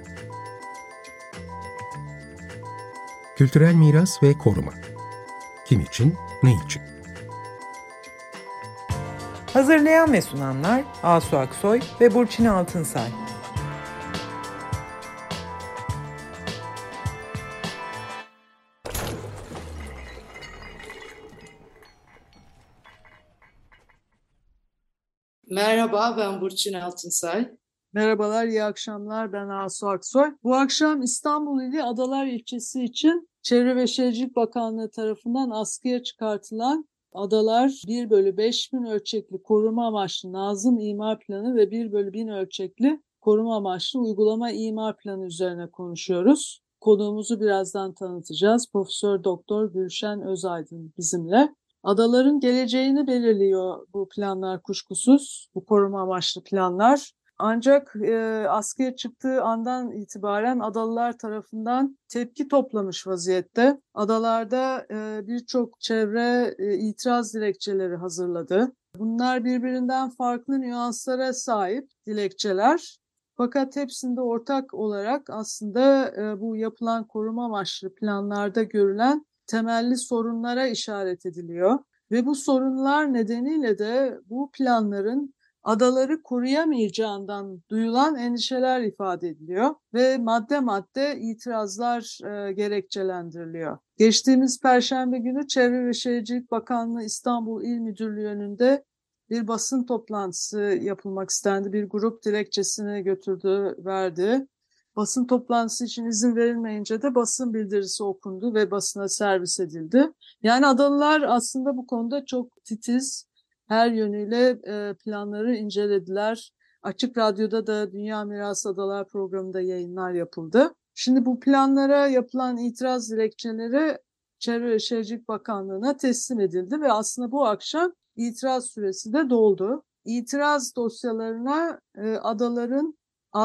Kültürel miras ve koruma. Kim için, ne için? Hazırlayan ve sunanlar Asu Aksoy ve Burçin Altınsay. Merhaba, ben Burçin Altınsay. Merhabalar, iyi akşamlar. Ben Asu Aksoy. Bu akşam İstanbul ili Adalar ilçesi için Çevre ve Şehircilik Bakanlığı tarafından askıya çıkartılan Adalar 1/5000 ölçekli koruma amaçlı Nazım İmar Planı ve 1/1000 ölçekli koruma amaçlı uygulama imar planı üzerine konuşuyoruz. Konuğumuzu birazdan tanıtacağız. Profesör Doktor Gülşen Özaydın bizimle. Adaların geleceğini belirliyor bu planlar kuşkusuz, bu koruma amaçlı planlar. Ancak askıya çıktığı andan itibaren adalılar tarafından tepki toplamış vaziyette. Adalarda birçok çevre itiraz dilekçeleri hazırladı. Bunlar birbirinden farklı nüanslara sahip dilekçeler. Fakat hepsinde ortak olarak aslında bu yapılan koruma amaçlı planlarda görülen temelli sorunlara işaret ediliyor. Ve bu sorunlar nedeniyle de bu planların adaları koruyamayacağından duyulan endişeler ifade ediliyor ve madde madde itirazlar gerekçelendiriliyor. Geçtiğimiz Perşembe günü Çevre ve Şehircilik Bakanlığı İstanbul İl Müdürlüğü önünde bir basın toplantısı yapılmak istendi. Bir grup dilekçesini götürdü, verdi. Basın toplantısı için izin verilmeyince de basın bildirisi okundu ve basına servis edildi. Yani adalılar aslında bu konuda çok titiz, her yönüyle planları incelediler. Açık Radyo'da da Dünya Mirası Adalar programında yayınlar yapıldı. Şimdi bu planlara yapılan itiraz dilekçeleri Çevre ve Şehircilik Bakanlığı'na teslim edildi ve aslında bu akşam itiraz süresi de doldu. İtiraz dosyalarına adaların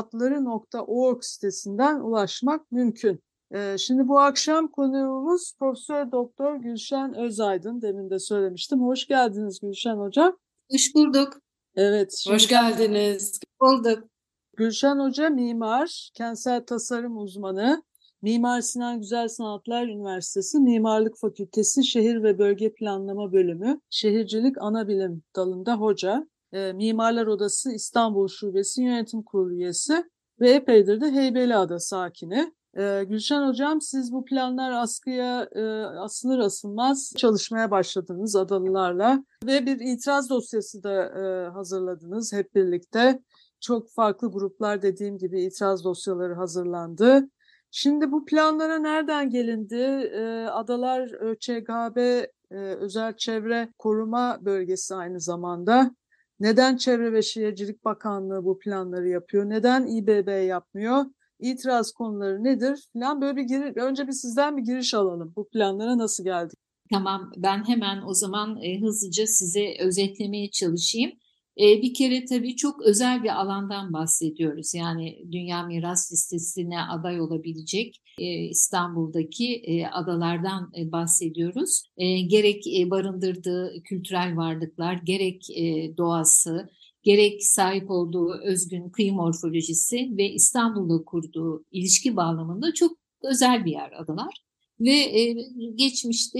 adları.org sitesinden ulaşmak mümkün. Şimdi bu akşam konuğumuz Profesör Doktor Gülşen Özaydın. Demin de söylemiştim. Hoş geldiniz Gülşen Hocam. Hoş bulduk. Evet. Hoş geldiniz. Bulduk. Gülşen Hoca mimar, kentsel tasarım uzmanı, Mimar Sinan Güzel Sanatlar Üniversitesi Mimarlık Fakültesi Şehir ve Bölge Planlama Bölümü Şehircilik Anabilim dalında hoca. Mimarlar Odası İstanbul Şubesi Yönetim Kurulu üyesi ve epeydir de Heybeliada sakini. Gülşen Hocam, siz bu planlar askıya asılır asılmaz çalışmaya başladınız adalılarla ve bir itiraz dosyası da hazırladınız hep birlikte. Çok farklı gruplar dediğim gibi itiraz dosyaları hazırlandı. Şimdi bu planlara nereden gelindi? Adalar ÖÇGB Özel Çevre Koruma Bölgesi aynı zamanda. Neden Çevre ve Şehircilik Bakanlığı bu planları yapıyor? Neden İBB yapmıyor? İtiraz konuları nedir? Falan böyle önce bir sizden bir giriş alalım. Bu planlara nasıl geldik? Tamam, ben hemen o zaman hızlıca size özetlemeye çalışayım. Bir kere tabii çok özel bir alandan bahsediyoruz. Yani Dünya Miras Listesi'ne aday olabilecek İstanbul'daki adalardan bahsediyoruz. Gerek barındırdığı kültürel varlıklar, gerek doğası, gerek sahip olduğu özgün kıyı morfolojisi ve İstanbul'la kurduğu ilişki bağlamında çok özel bir yer adalar. Ve geçmişte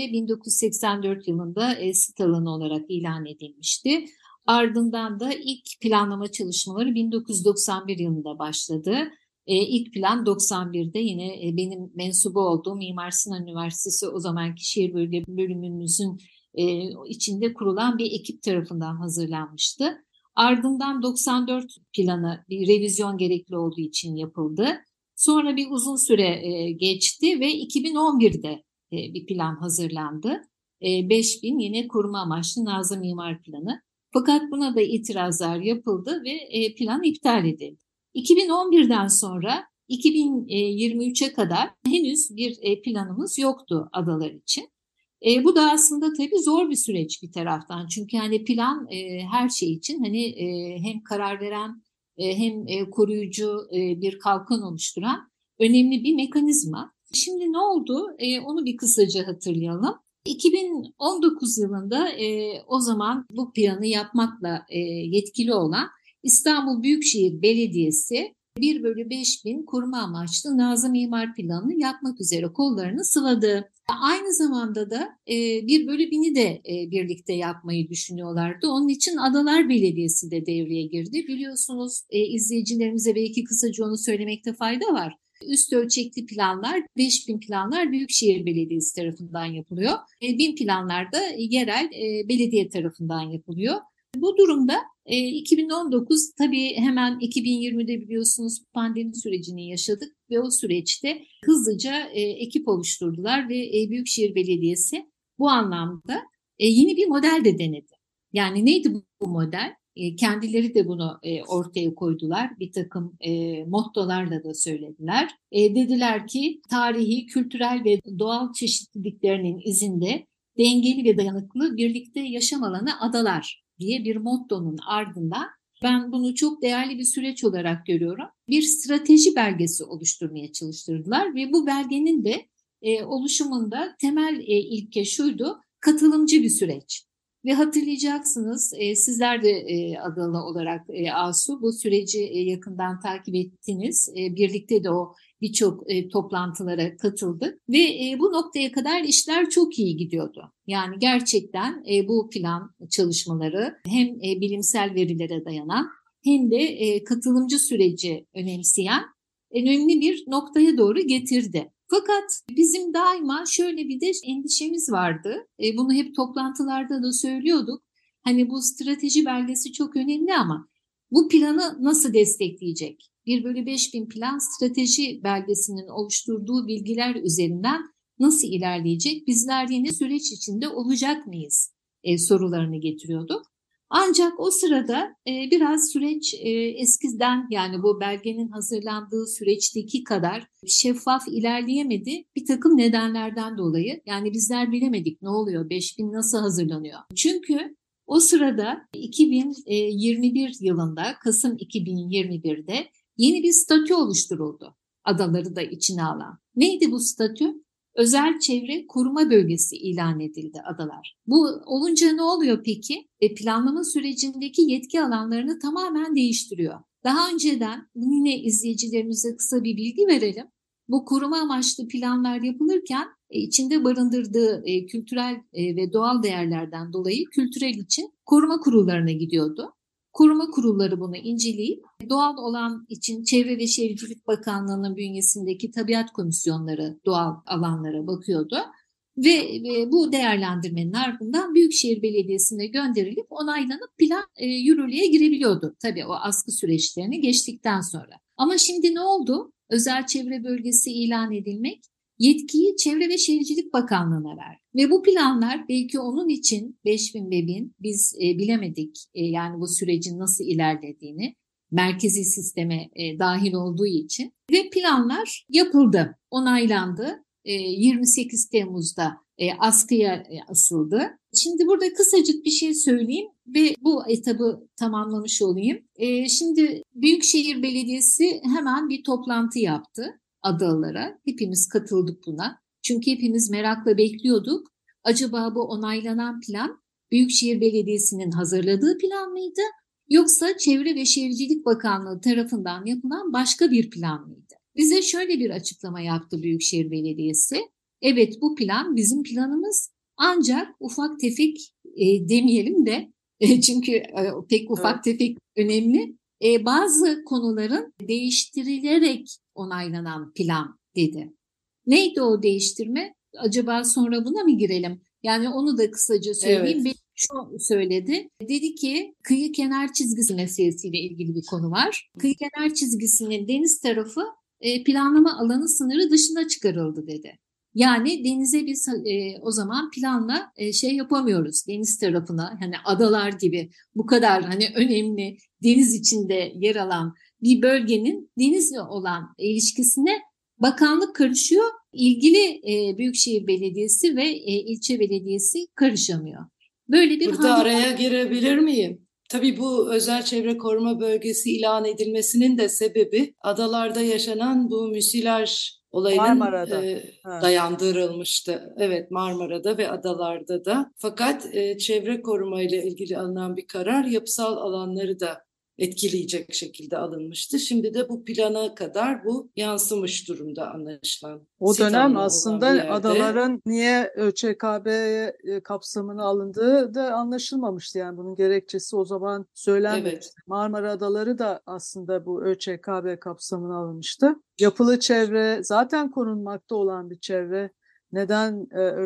1984 yılında sit alanı olarak ilan edilmişti. Ardından da ilk planlama çalışmaları 1991 yılında başladı. İlk plan 91'de yine benim mensubu olduğum Mimar Sinan Üniversitesi o zamanki şehir bölge bölümümüzün içinde kurulan bir ekip tarafından hazırlanmıştı. Ardından 94 planı bir revizyon gerekli olduğu için yapıldı. Sonra bir uzun süre geçti ve 2011'de bir plan hazırlandı. 5000 yine koruma amaçlı Nazım İmar Planı. Fakat buna da itirazlar yapıldı ve plan iptal edildi. 2011'den sonra 2023'e kadar henüz bir planımız yoktu adalar için. Bu da aslında tabii zor bir süreç bir taraftan. Çünkü hani plan her şey için hani hem karar veren hem koruyucu bir kalkan oluşturan önemli bir mekanizma. Şimdi ne oldu? Onu bir kısaca hatırlayalım. 2019 yılında o zaman bu planı yapmakla yetkili olan İstanbul Büyükşehir Belediyesi 1/5000 koruma amaçlı Nazım İmar Planı'nı yapmak üzere kollarını sıvadı. Aynı zamanda da 1/1000'i de birlikte yapmayı düşünüyorlardı. Onun için Adalar Belediyesi de devreye girdi. Biliyorsunuz izleyicilerimize belki kısaca onu söylemekte fayda var. Üst ölçekli planlar, 5000 planlar Büyükşehir Belediyesi tarafından yapılıyor. 1000 planlar da yerel belediye tarafından yapılıyor. Bu durumda 2019 tabii hemen 2020'de biliyorsunuz pandemi sürecini yaşadık ve o süreçte hızlıca ekip oluşturdular ve Büyükşehir Belediyesi bu anlamda yeni bir model de denedi. Yani neydi bu model? Kendileri de bunu ortaya koydular. Bir takım mottolarla da söylediler. Dediler ki tarihi, kültürel ve doğal çeşitliliklerinin izinde dengeli ve dayanıklı birlikte yaşam alanı adalar diye bir mottonun ardından ben bunu çok değerli bir süreç olarak görüyorum. Bir strateji belgesi oluşturmaya çalıştırdılar ve bu belgenin de oluşumunda temel ilke şuydu: katılımcı bir süreç. Ve hatırlayacaksınız sizler de adalı olarak ASU bu süreci yakından takip ettiniz. Birlikte de o birçok toplantılara katıldık ve bu noktaya kadar işler çok iyi gidiyordu. Yani gerçekten bu plan çalışmaları hem bilimsel verilere dayanan hem de katılımcı süreci önemseyen önemli bir noktaya doğru getirdi. Fakat bizim daima şöyle bir de endişemiz vardı. Bunu hep toplantılarda da söylüyorduk. Hani bu strateji belgesi çok önemli ama bu planı nasıl destekleyecek? 1/5000 plan strateji belgesinin oluşturduğu bilgiler üzerinden nasıl ilerleyecek? Bizler yine süreç içinde olacak mıyız? Sorularını getiriyorduk. Ancak o sırada biraz süreç eskiden, yani bu belgenin hazırlandığı süreçteki kadar şeffaf ilerleyemedi bir takım nedenlerden dolayı. Yani bizler bilemedik ne oluyor, 5000 nasıl hazırlanıyor? Çünkü o sırada 2021 yılında, Kasım 2021'de yeni bir statü oluşturuldu, adaları da içine alan. Neydi bu statü? Özel çevre koruma bölgesi ilan edildi adalar. Bu olunca ne oluyor peki? Planlama sürecindeki yetki alanlarını tamamen değiştiriyor. Daha önceden yine izleyicilerimize kısa bir bilgi verelim. Bu koruma amaçlı planlar yapılırken içinde barındırdığı kültürel ve doğal değerlerden dolayı kültürel için koruma kurullarına gidiyordu. Koruma kurulları bunu inceleyip doğal olan için Çevre ve Şehircilik Bakanlığı'nın bünyesindeki tabiat komisyonları doğal alanlara bakıyordu. Ve bu değerlendirmenin ardından Büyükşehir Belediyesi'ne gönderilip onaylanıp plan yürürlüğe girebiliyordu. Tabii o askı süreçlerini geçtikten sonra. Ama şimdi ne oldu? Özel çevre bölgesi ilan edilmek yetkiyi Çevre ve Şehircilik Bakanlığı'na verdi. Ve bu planlar belki onun için 5000 ve 1000 biz bilemedik yani bu sürecin nasıl ilerlediğini, merkezi sisteme dahil olduğu için ve planlar yapıldı, onaylandı. 28 Temmuz'da askıya asıldı. Şimdi burada kısacık bir şey söyleyeyim ve bu etabı tamamlamış olayım. Şimdi Büyükşehir Belediyesi hemen bir toplantı yaptı adalara. Hepimiz katıldık buna. Çünkü hepimiz merakla bekliyorduk. Acaba bu onaylanan plan Büyükşehir Belediyesi'nin hazırladığı plan mıydı? Yoksa Çevre ve Şehircilik Bakanlığı tarafından yapılan başka bir plan mıydı? Bize şöyle bir açıklama yaptı Büyükşehir Belediyesi. Evet, bu plan bizim planımız, ancak ufak tefek demeyelim de çünkü pek ufak tefek önemli. Bazı konuların değiştirilerek onaylanan plan dedi. Neydi o değiştirme? Acaba sonra buna mı girelim? Yani onu da kısaca söyleyeyim. Evet. Şu söyledi. Dedi ki kıyı kenar çizgisi meselesiyle ilgili bir konu var. Kıyı kenar çizgisinin deniz tarafı planlama alanı sınırı dışına çıkarıldı dedi. Yani denize biz o zaman planla yapamıyoruz. Deniz tarafına, hani adalar gibi bu kadar hani önemli deniz içinde yer alan bir bölgenin denizle olan ilişkisine bakanlık karışıyor. İlgili Büyükşehir Belediyesi ve ilçe belediyesi karışamıyor. Böyle bir Burada araya girebilir miyim? Tabii bu özel çevre koruma bölgesi ilan edilmesinin de sebebi adalarda yaşanan bu müsilaj olayının dayandırılmıştı. Evet, Marmara'da ve adalarda da. Fakat çevre koruma ile ilgili alınan bir karar yapısal alanları da etkileyecek şekilde alınmıştı. Şimdi de bu plana kadar bu yansımış durumda anlaşılan. O Sit dönem alanı olan bir aslında yerde. adaların niye ÖÇKB kapsamına alındığı da anlaşılmamıştı. Yani bunun gerekçesi o zaman söylenmemişti. Evet. Marmara Adaları da aslında bu ÖÇKB kapsamına alınmıştı. Yapılı çevre zaten korunmakta olan bir çevre. Neden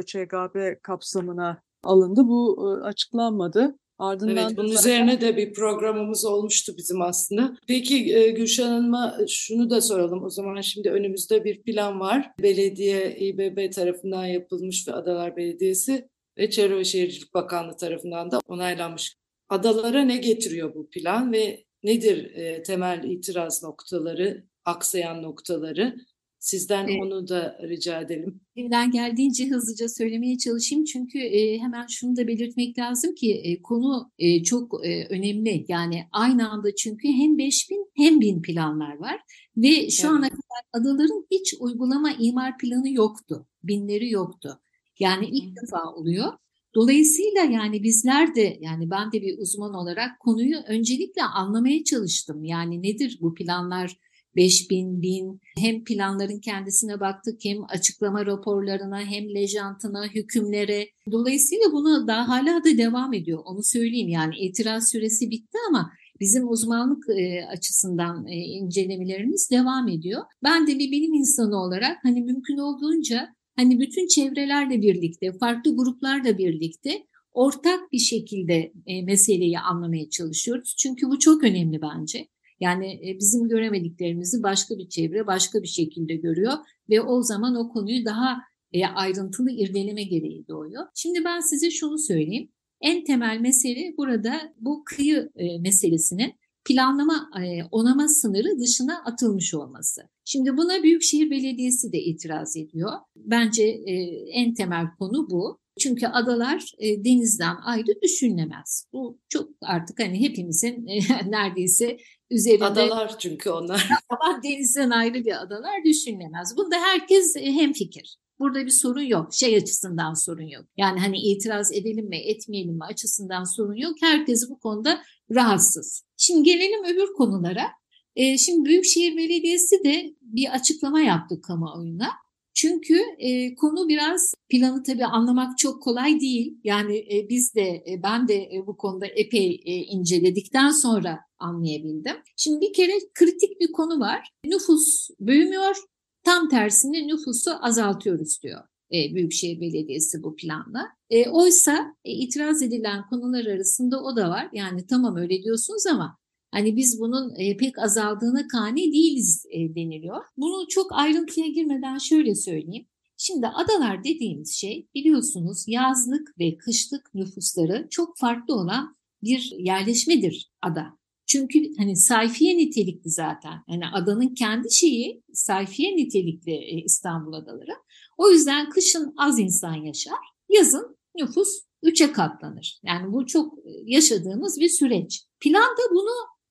ÖÇKB kapsamına alındı? Bu açıklanmadı. Ardından Evet, bunun üzerine de bir programımız olmuştu bizim aslında. Peki Gülşen Hanım'a şunu da soralım. O zaman şimdi önümüzde bir plan var. Belediye, İBB tarafından yapılmış ve Adalar Belediyesi ve Çevre ve Şehircilik Bakanlığı tarafından da onaylanmış. Adalara ne getiriyor bu plan ve nedir temel itiraz noktaları, aksayan noktaları? Sizden onu da rica edelim. Elimden geldiğince hızlıca söylemeye çalışayım çünkü hemen şunu da belirtmek lazım ki konu çok önemli. Yani aynı anda çünkü hem 5000 hem 1000 planlar var ve şu ana kadar adaların hiç uygulama imar planı yoktu. Binleri yoktu. Yani ilk defa oluyor. Dolayısıyla yani bizler de yani ben de bir uzman olarak konuyu öncelikle anlamaya çalıştım. Yani nedir bu planlar? 5000, 1000 hem planların kendisine baktık hem açıklama raporlarına hem lejantına, hükümlere. Dolayısıyla buna da hala da devam ediyor. Onu söyleyeyim yani itiraz süresi bitti ama bizim uzmanlık açısından incelemelerimiz devam ediyor. Ben de bir bilim insanı olarak hani mümkün olduğunca hani bütün çevrelerle birlikte, farklı gruplarla birlikte ortak bir şekilde meseleyi anlamaya çalışıyoruz. Çünkü bu çok önemli bence. Yani bizim göremediklerimizi başka bir çevre başka bir şekilde görüyor ve o zaman o konuyu daha ayrıntılı irdeleme gereği doğuyor. Şimdi ben size şunu söyleyeyim. En temel mesele burada bu kıyı meselesinin planlama onama sınırı dışına atılmış olması. Şimdi buna Büyükşehir Belediyesi de itiraz ediyor. Bence en temel konu bu. Çünkü adalar denizden ayrı düşünülemez. Bu çok artık hani hepimizin neredeyse üzerinde. Adalar çünkü onlar. Ama denizden ayrı bir adalar düşünülemez. Bunda herkes hemfikir. Burada bir sorun yok. Şey açısından sorun yok. Yani hani itiraz edelim mi etmeyelim mi açısından sorun yok. Herkes bu konuda rahatsız. Şimdi gelelim öbür konulara. Şimdi Büyükşehir Belediyesi de bir açıklama yaptı kamuoyuna. Çünkü konu biraz planı tabii anlamak çok kolay değil. Yani biz de ben de bu konuda epey inceledikten sonra anlayabildim. Şimdi bir kere kritik bir konu var. Nüfus büyümüyor. Tam tersine nüfusu azaltıyoruz diyor Büyükşehir Belediyesi bu planla. Oysa itiraz edilen konular arasında o da var. Yani tamam öyle diyorsunuz ama hani biz bunun pek azaldığına kani değiliz deniliyor. Bunu çok ayrıntıya girmeden şöyle söyleyeyim. Şimdi adalar dediğimiz şey biliyorsunuz yazlık ve kışlık nüfusları çok farklı olan bir yerleşmedir ada. Çünkü hani sayfiye nitelikli zaten. Yani adanın kendi şeyi sayfiye nitelikli İstanbul adaları. O yüzden kışın az insan yaşar, yazın nüfus 3'e katlanır. Yani bu çok yaşadığımız bir süreç. Plan da bunu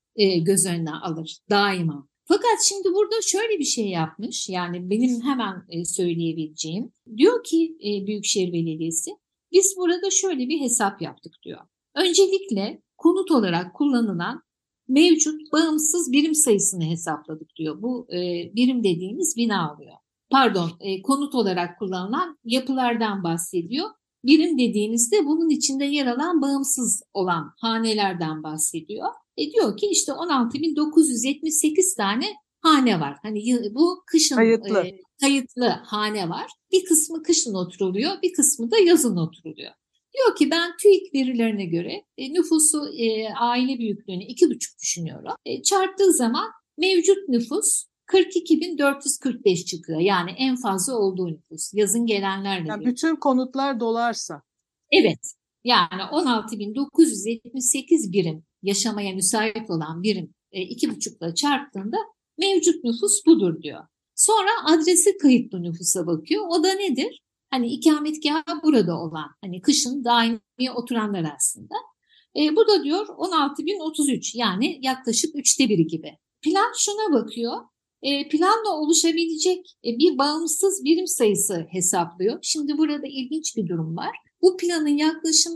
göz önüne alır daima. Fakat şimdi burada şöyle bir şey yapmış. Yani benim hemen söyleyebileceğim. Diyor ki Büyükşehir Belediyesi biz burada şöyle bir hesap yaptık diyor. Öncelikle konut olarak kullanılan mevcut bağımsız birim sayısını hesapladık diyor. Bu birim dediğimiz bina oluyor. Pardon, konut olarak kullanılan yapılardan bahsediyor. Birim dediğimizde bunun içinde yer alan bağımsız olan hanelerden bahsediyor. Diyor ki işte 16.978 tane hane var. Hani bu kışın kayıtlı hane var. Bir kısmı kışın oturuluyor, bir kısmı da yazın oturuluyor. Diyor ki ben TÜİK verilerine göre nüfusu aile büyüklüğünü 2,5 düşünüyorum. Çarptığı zaman mevcut nüfus 42.445 çıkıyor. Yani en fazla olduğu nüfus. Yazın gelenlerle. Yani bütün konutlar dolarsa. Evet. Yani 16.978 birim yaşamaya müsait olan birim 2,5'la çarptığında mevcut nüfus budur diyor. Sonra adresi kayıtlı nüfusa bakıyor. O da nedir? Hani ikametgahı burada olan, hani kışın daimi oturanlar aslında. Bu da diyor 16.033 yani yaklaşık 1/3 gibi. Plan şuna bakıyor. Planla oluşabilecek bir bağımsız birim sayısı hesaplıyor. Şimdi burada ilginç bir durum var. Bu planın yaklaşımı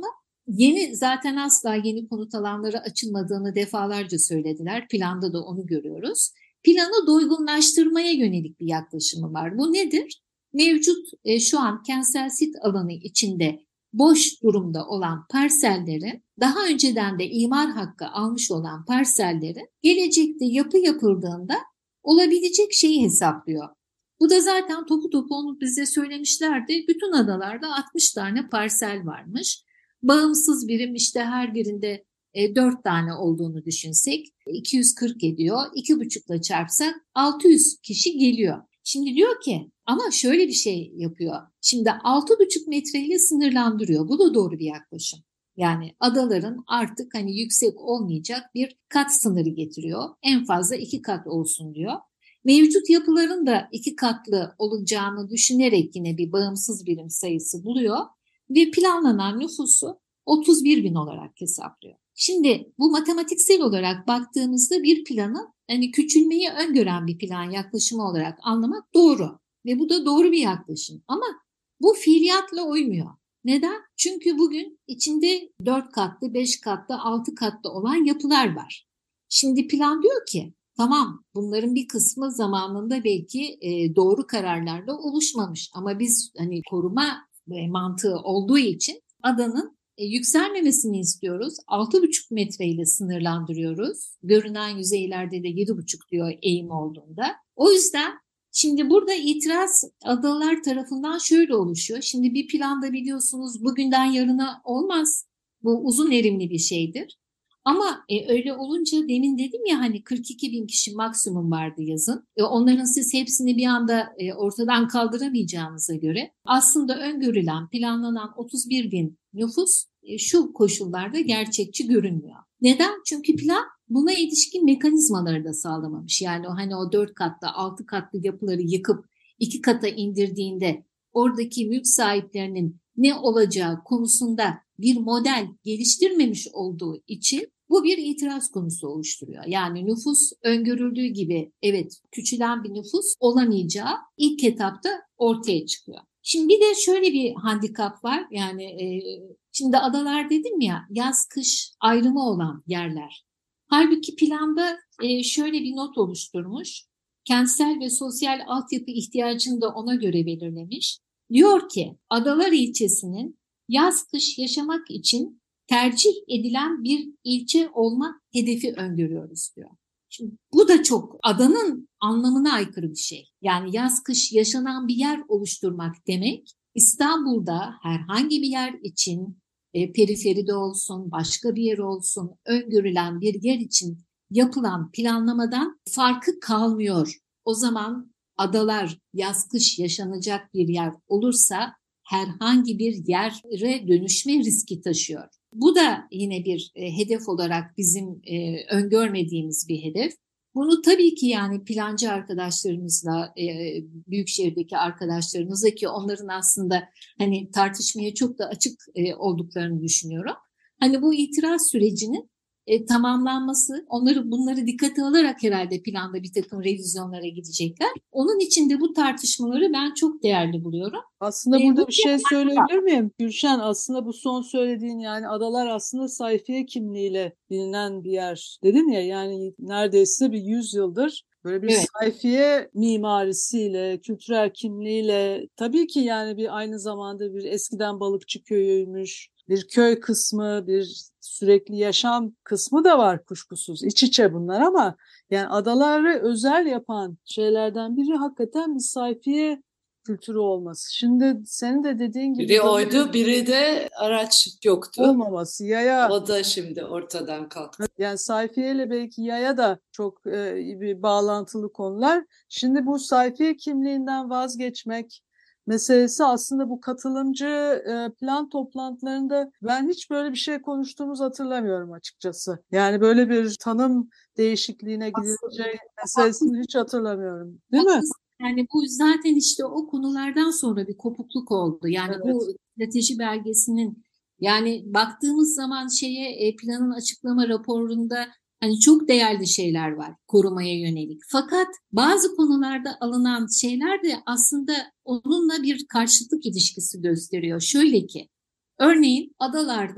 zaten asla yeni konut alanları açılmadığını defalarca söylediler. Planda da onu görüyoruz. Planı doygunlaştırmaya yönelik bir yaklaşımı var. Bu nedir? Mevcut şu an kentsel sit alanı içinde boş durumda olan parsellerin, daha önceden de imar hakkı almış olan parsellerin gelecekte yapı yapıldığında olabilecek şeyi hesaplıyor. Bu da zaten topu topu onu bize söylemişlerdi. Bütün adalarda 60 tane parsel varmış. Bağımsız birim işte her birinde 4 tane olduğunu düşünsek 240 ediyor. 2,5'la çarpsak 600 kişi geliyor. Şimdi diyor ki ama şöyle bir şey yapıyor. Şimdi 6,5 metreyle sınırlandırıyor. Bu da doğru bir yaklaşım. Yani adaların artık hani yüksek olmayacak bir kat sınırı getiriyor. En fazla 2 kat olsun diyor. Mevcut yapıların da 2 katlı olacağını düşünerek yine bir bağımsız birim sayısı buluyor ve planlanan nüfusu 31 bin olarak hesaplıyor. Şimdi bu matematiksel olarak baktığımızda bir planı hani küçülmeyi öngören bir plan yaklaşımı olarak anlamak doğru ve bu da doğru bir yaklaşım ama bu fiiliyatla uymuyor. Neden? Çünkü bugün içinde 4 katlı, 5 katlı, 6 katlı olan yapılar var. Şimdi plan diyor ki tamam bunların bir kısmı zamanında belki doğru kararlarla oluşmamış ama biz hani koruma mantığı olduğu için adanın yükselmemesini istiyoruz. 6,5 metreyle sınırlandırıyoruz. Görünen yüzeylerde de 7,5 diyor eğim olduğunda. O yüzden şimdi burada itiraz adalar tarafından şöyle oluşuyor. Şimdi bir planda biliyorsunuz bugünden yarına olmaz. Bu uzun erimli bir şeydir. Ama öyle olunca demin dedim ya hani 42 bin kişi maksimum vardı yazın. Onların siz hepsini bir anda ortadan kaldıramayacağınıza göre aslında öngörülen, planlanan 31 bin nüfus şu koşullarda gerçekçi görünmüyor. Neden? Çünkü plan buna ilişkin mekanizmaları da sağlamamış. Yani hani o 4 katlı, 6 katlı yapıları yıkıp 2 kata indirdiğinde oradaki mülk sahiplerinin ne olacağı konusunda bir model geliştirmemiş olduğu için bu bir itiraz konusu oluşturuyor. Yani nüfus öngörüldüğü gibi evet küçülen bir nüfus olamayacağı ilk etapta ortaya çıkıyor. Şimdi bir de şöyle bir handikap var. Yani şimdi adalar dedim ya yaz kış ayrımı olan yerler. Halbuki planda şöyle bir not oluşturmuş. Kentsel ve sosyal altyapı ihtiyacını da ona göre belirlemiş. Diyor ki Adalar ilçesinin yaz kış yaşamak için tercih edilen bir ilçe olma hedefi öngörüyoruz diyor. Şimdi bu da çok adanın anlamına aykırı bir şey. Yani yaz kış yaşanan bir yer oluşturmak demek İstanbul'da herhangi bir yer için periferide olsun başka bir yer olsun öngörülen bir yer için yapılan planlamadan farkı kalmıyor. O zaman adalar yaz kış yaşanacak bir yer olursa herhangi bir yere dönüşme riski taşıyor. Bu da yine bir hedef olarak bizim öngörmediğimiz bir hedef. Bunu tabii ki yani plancı arkadaşlarımızla, büyükşehirdeki arkadaşlarımızla ki onların aslında hani tartışmaya çok da açık olduklarını düşünüyorum. Hani bu itiraz sürecinin tamamlanması, bunları dikkate alarak herhalde planda bir takım revizyonlara gidecekler. Onun için de bu tartışmaları ben çok değerli buluyorum. Aslında burada bir şey söyleyebilir miyim? Gülşen aslında bu son söylediğin yani adalar aslında sayfiye kimliğiyle bilinen bir yer dedin ya yani neredeyse bir 100 yıldır böyle bir sayfiye mimarisiyle, kültürel kimliğiyle tabii ki yani bir aynı zamanda bir eskiden balıkçı köyüymüş. Bir köy kısmı, bir sürekli yaşam kısmı da var kuşkusuz. İç içe bunlar ama yani adaları özel yapan şeylerden biri hakikaten bir sayfiye kültürü olması. Şimdi senin de dediğin gibi biri oydu, biri de araç yoktu. Olmaması, yaya. O da şimdi ortadan kalktı. Yani sayfiyeyle belki yaya da çok bir bağlantılı konular. Şimdi bu sayfiye kimliğinden vazgeçmek meselesi aslında bu katılımcı plan toplantılarında ben hiç böyle bir şey konuştuğumuzu hatırlamıyorum açıkçası. Yani böyle bir tanım değişikliğine gidileceği meselesini hiç hatırlamıyorum. Değil mi? Yani bu zaten işte o konulardan sonra bir kopukluk oldu. Yani evet. Bu strateji belgesinin yani baktığımız zaman planın açıklama raporunda hani çok değerli şeyler var korumaya yönelik. Fakat bazı konularda alınan şeyler de aslında onunla bir karşıtlık ilişkisi gösteriyor. Şöyle ki örneğin adalarda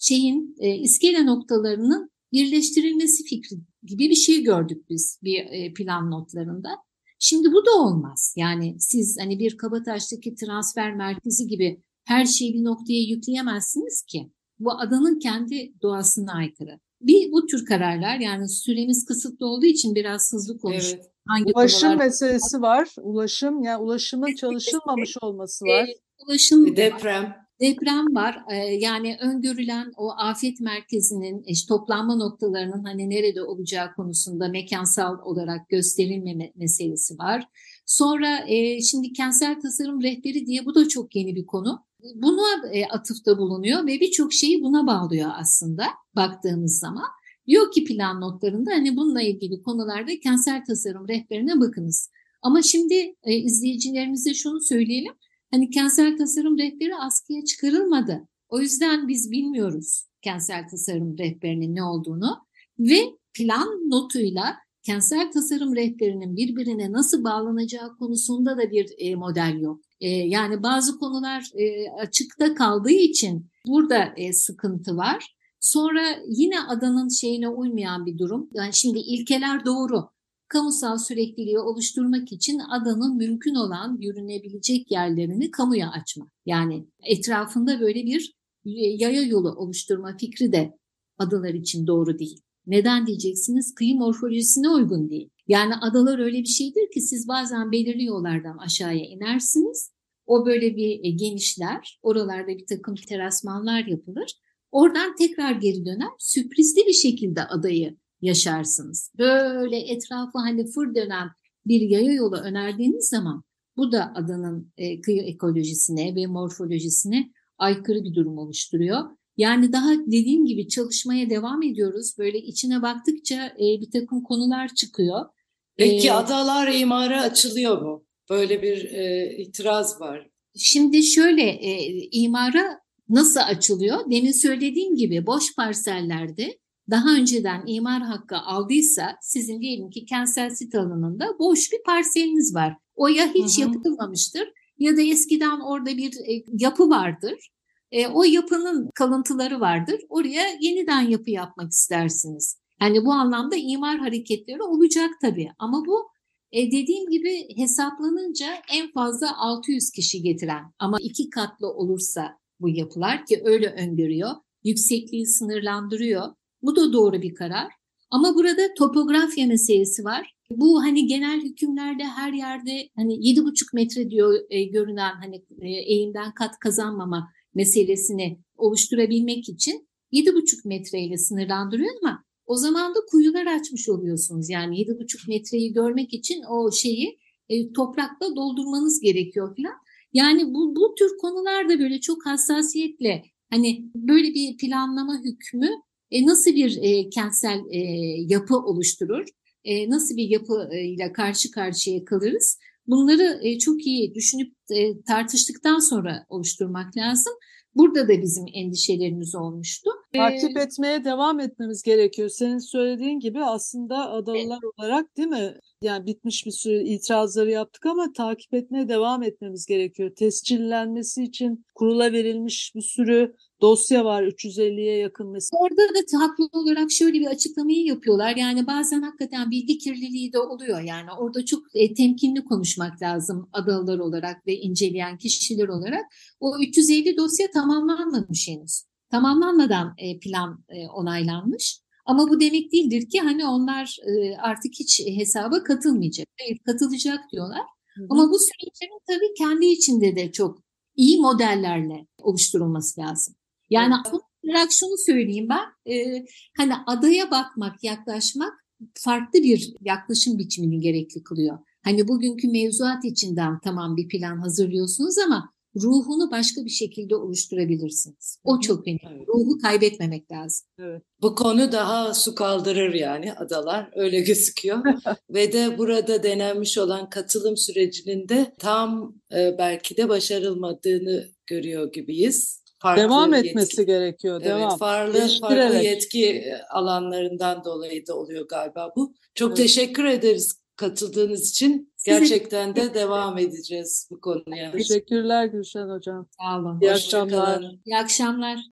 iskele noktalarının birleştirilmesi fikri gibi bir şey gördük biz bir plan notlarında. Şimdi bu da olmaz. Yani siz hani bir Kabataş'taki transfer merkezi gibi her şeyi bir noktaya yükleyemezsiniz ki. Bu adanın kendi doğasına aykırı. Bu tür kararlar, yani süremiz kısıtlı olduğu için biraz hızlı konuşuyorum. Evet. Ulaşım meselesi var. Yani ulaşımın çalışılmamış olması var. Ulaşım Deprem var. Yani öngörülen o afet merkezinin toplanma noktalarının hani nerede olacağı konusunda mekansal olarak gösterilmeme meselesi var. Sonra şimdi kentsel tasarım rehberi diye, bu da çok yeni bir konu. Buna atıfta bulunuyor ve birçok şeyi buna bağlıyor aslında baktığımız zaman. Diyor ki plan notlarında hani bununla ilgili konularda kentsel tasarım rehberine bakınız. Ama şimdi izleyicilerimize şunu söyleyelim. Hani kentsel tasarım rehberi askıya çıkarılmadı. O yüzden biz bilmiyoruz kentsel tasarım rehberinin ne olduğunu ve plan notuyla kentsel tasarım rehberinin birbirine nasıl bağlanacağı konusunda da bir model yok. Yani bazı konular açıkta kaldığı için burada sıkıntı var. Sonra yine adanın şeyine uymayan bir durum. Yani şimdi ilkeler doğru. Kamusal sürekliliği oluşturmak için adanın mümkün olan yürünebilecek yerlerini kamuya açmak. Yani etrafında böyle bir yaya yolu oluşturma fikri de adalar için doğru değil. Neden diyeceksiniz? Kıyı morfolojisine uygun değil. Yani adalar öyle bir şeydir ki siz bazen belirli yollardan aşağıya inersiniz. O böyle bir genişler. Oralarda bir takım terasmanlar yapılır. Oradan tekrar geri döner. Sürprizli bir şekilde adayı yaşarsınız. Böyle etrafı hani fır dönen bir yaya yolu önerdiğiniz zaman bu da adanın kıyı ekolojisine ve morfolojisine aykırı bir durum oluşturuyor. Yani daha dediğim gibi çalışmaya devam ediyoruz. Böyle içine baktıkça bir takım konular çıkıyor. Peki adalar imara açılıyor mu? Böyle bir itiraz var. Şimdi şöyle imara nasıl açılıyor? Demin söylediğim gibi boş parsellerde daha önceden imar hakkı aldıysa, sizin diyelim ki kentsel sit alanında boş bir parseliniz var. O ya hiç yapılmamıştır ya da eskiden orada bir yapı vardır. O yapının kalıntıları vardır. Oraya yeniden yapı yapmak istersiniz. Yani bu anlamda imar hareketleri olacak tabii. Ama bu dediğim gibi hesaplanınca en fazla 600 kişi getiren, ama 2 katlı olursa bu yapılar, ki öyle öngörüyor, yüksekliği sınırlandırıyor. Bu da doğru bir karar. Ama burada topografya meselesi var. Bu hani genel hükümlerde her yerde hani 7,5 metre diyor görünen hani eğimden kat kazanmama meselesini oluşturabilmek için 7,5 metreyle sınırlandırıyor, ama o zaman da kuyular açmış oluyorsunuz. Yani 7,5 metreyi görmek için o şeyi toprakla doldurmanız gerekiyor falan. Yani bu tür konularda böyle çok hassasiyetle hani böyle bir planlama hükmü nasıl bir kentsel yapı oluşturur, nasıl bir yapıyla karşı karşıya kalırız? Bunları çok iyi düşünüp tartıştıktan sonra oluşturmak lazım. Burada da bizim endişelerimiz olmuştu. Takip etmeye devam etmemiz gerekiyor. Senin söylediğin gibi aslında adalılar olarak, değil mi? Yani bitmiş bir sürü itirazları yaptık ama takip etmeye devam etmemiz gerekiyor. Tescillenmesi için kurula verilmiş bir sürü dosya var, 350'ye yakın mesela. Orada da haklı olarak şöyle bir açıklamayı yapıyorlar. Yani bazen hakikaten bilgi kirliliği de oluyor. Yani orada çok temkinli konuşmak lazım adalılar olarak ve inceleyen kişiler olarak. O 350 dosya tamamlanmamış henüz. Tamamlanmadan plan onaylanmış. Ama bu demek değildir ki hani onlar artık hiç hesaba katılmayacak. Hayır, katılacak diyorlar. Ama bu süreçlerin tabii kendi içinde de çok iyi modellerle oluşturulması lazım. Yani olarak şunu söyleyeyim ben, hani adaya bakmak, yaklaşmak farklı bir yaklaşım biçimini gerekli kılıyor. Hani bugünkü mevzuat içinden tamam bir plan hazırlıyorsunuz ama ruhunu başka bir şekilde oluşturabilirsiniz. O çok önemli. Evet. Ruhu kaybetmemek lazım. Evet. Bu konu daha su kaldırır yani adalar, öyle gözüküyor. Ve de burada denenmiş olan katılım sürecinin de tam belki de başarılmadığını görüyor gibiyiz. Devam etmesi gerekiyor. Evet, devam. Farklı yetki alanlarından dolayı da oluyor galiba bu. Çok teşekkür ederiz katıldığınız için. Gerçekten de devam edeceğiz bu konuya. Teşekkürler Gülşen Hocam. Sağ olun. İyi akşamlar. İyi akşamlar.